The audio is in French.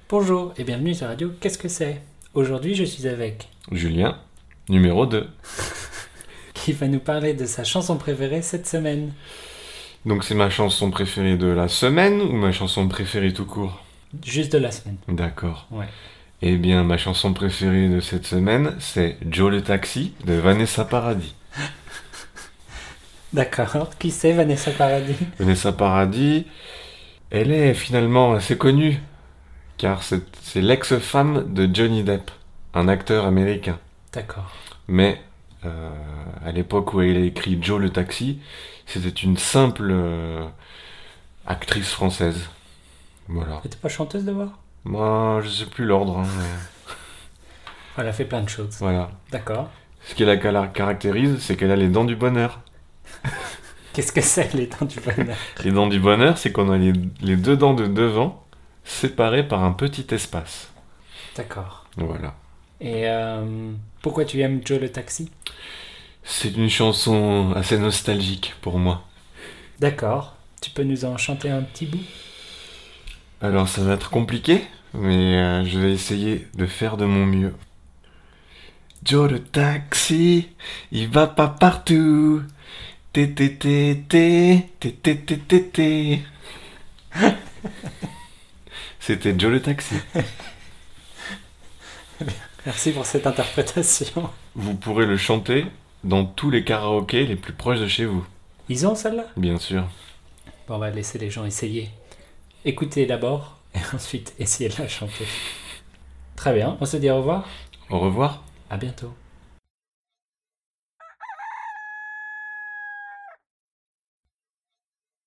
Bonjour et bienvenue sur Radio Qu'est-ce que c'est? Aujourd'hui, je suis avec Julien, numéro 2. qui va nous parler de sa chanson préférée cette semaine. Donc c'est ma chanson préférée de la semaine ou ma chanson préférée tout court? Juste de la semaine. D'accord. Ouais. Eh bien, ma chanson préférée de cette semaine, c'est Joe le Taxi de Vanessa Paradis. D'accord. Qui c'est Vanessa Paradis? Vanessa Paradis, elle est finalement assez connue, car c'est l'ex-femme de Johnny Depp, un acteur américain. D'accord. Mais à l'époque où elle a écrit Joe le Taxi, c'était une simple actrice française. Voilà. Elle était pas chanteuse de voix? Moi, je sais plus l'ordre, hein, mais Elle a fait plein de choses. voilà. D'accord. Ce qui la caractérise, c'est qu'elle a les dents du bonheur. Qu'est-ce que c'est les dents du bonheur? Les dents du bonheur, c'est qu'on a les deux dents de devant séparées par un petit espace. D'accord. Voilà. Et pourquoi tu aimes Joe le Taxi? C'est une chanson assez nostalgique pour moi. D'accord. Tu peux nous en chanter un petit bout? Alors ça va être compliqué, mais je vais essayer de faire de mon mieux. Joe le taxi, il va pas partout. Té té té té, té té té té té. C'était Joe le taxi. Merci pour cette interprétation. Vous pourrez le chanter dans tous les karaokés les plus proches de chez vous, Ils ont celle-là? bien sûr. Bon, on va laisser les gens essayer. Écoutez d'abord et ensuite essayez de la chanter. Très bien. On se dit au revoir. Au revoir. À bientôt.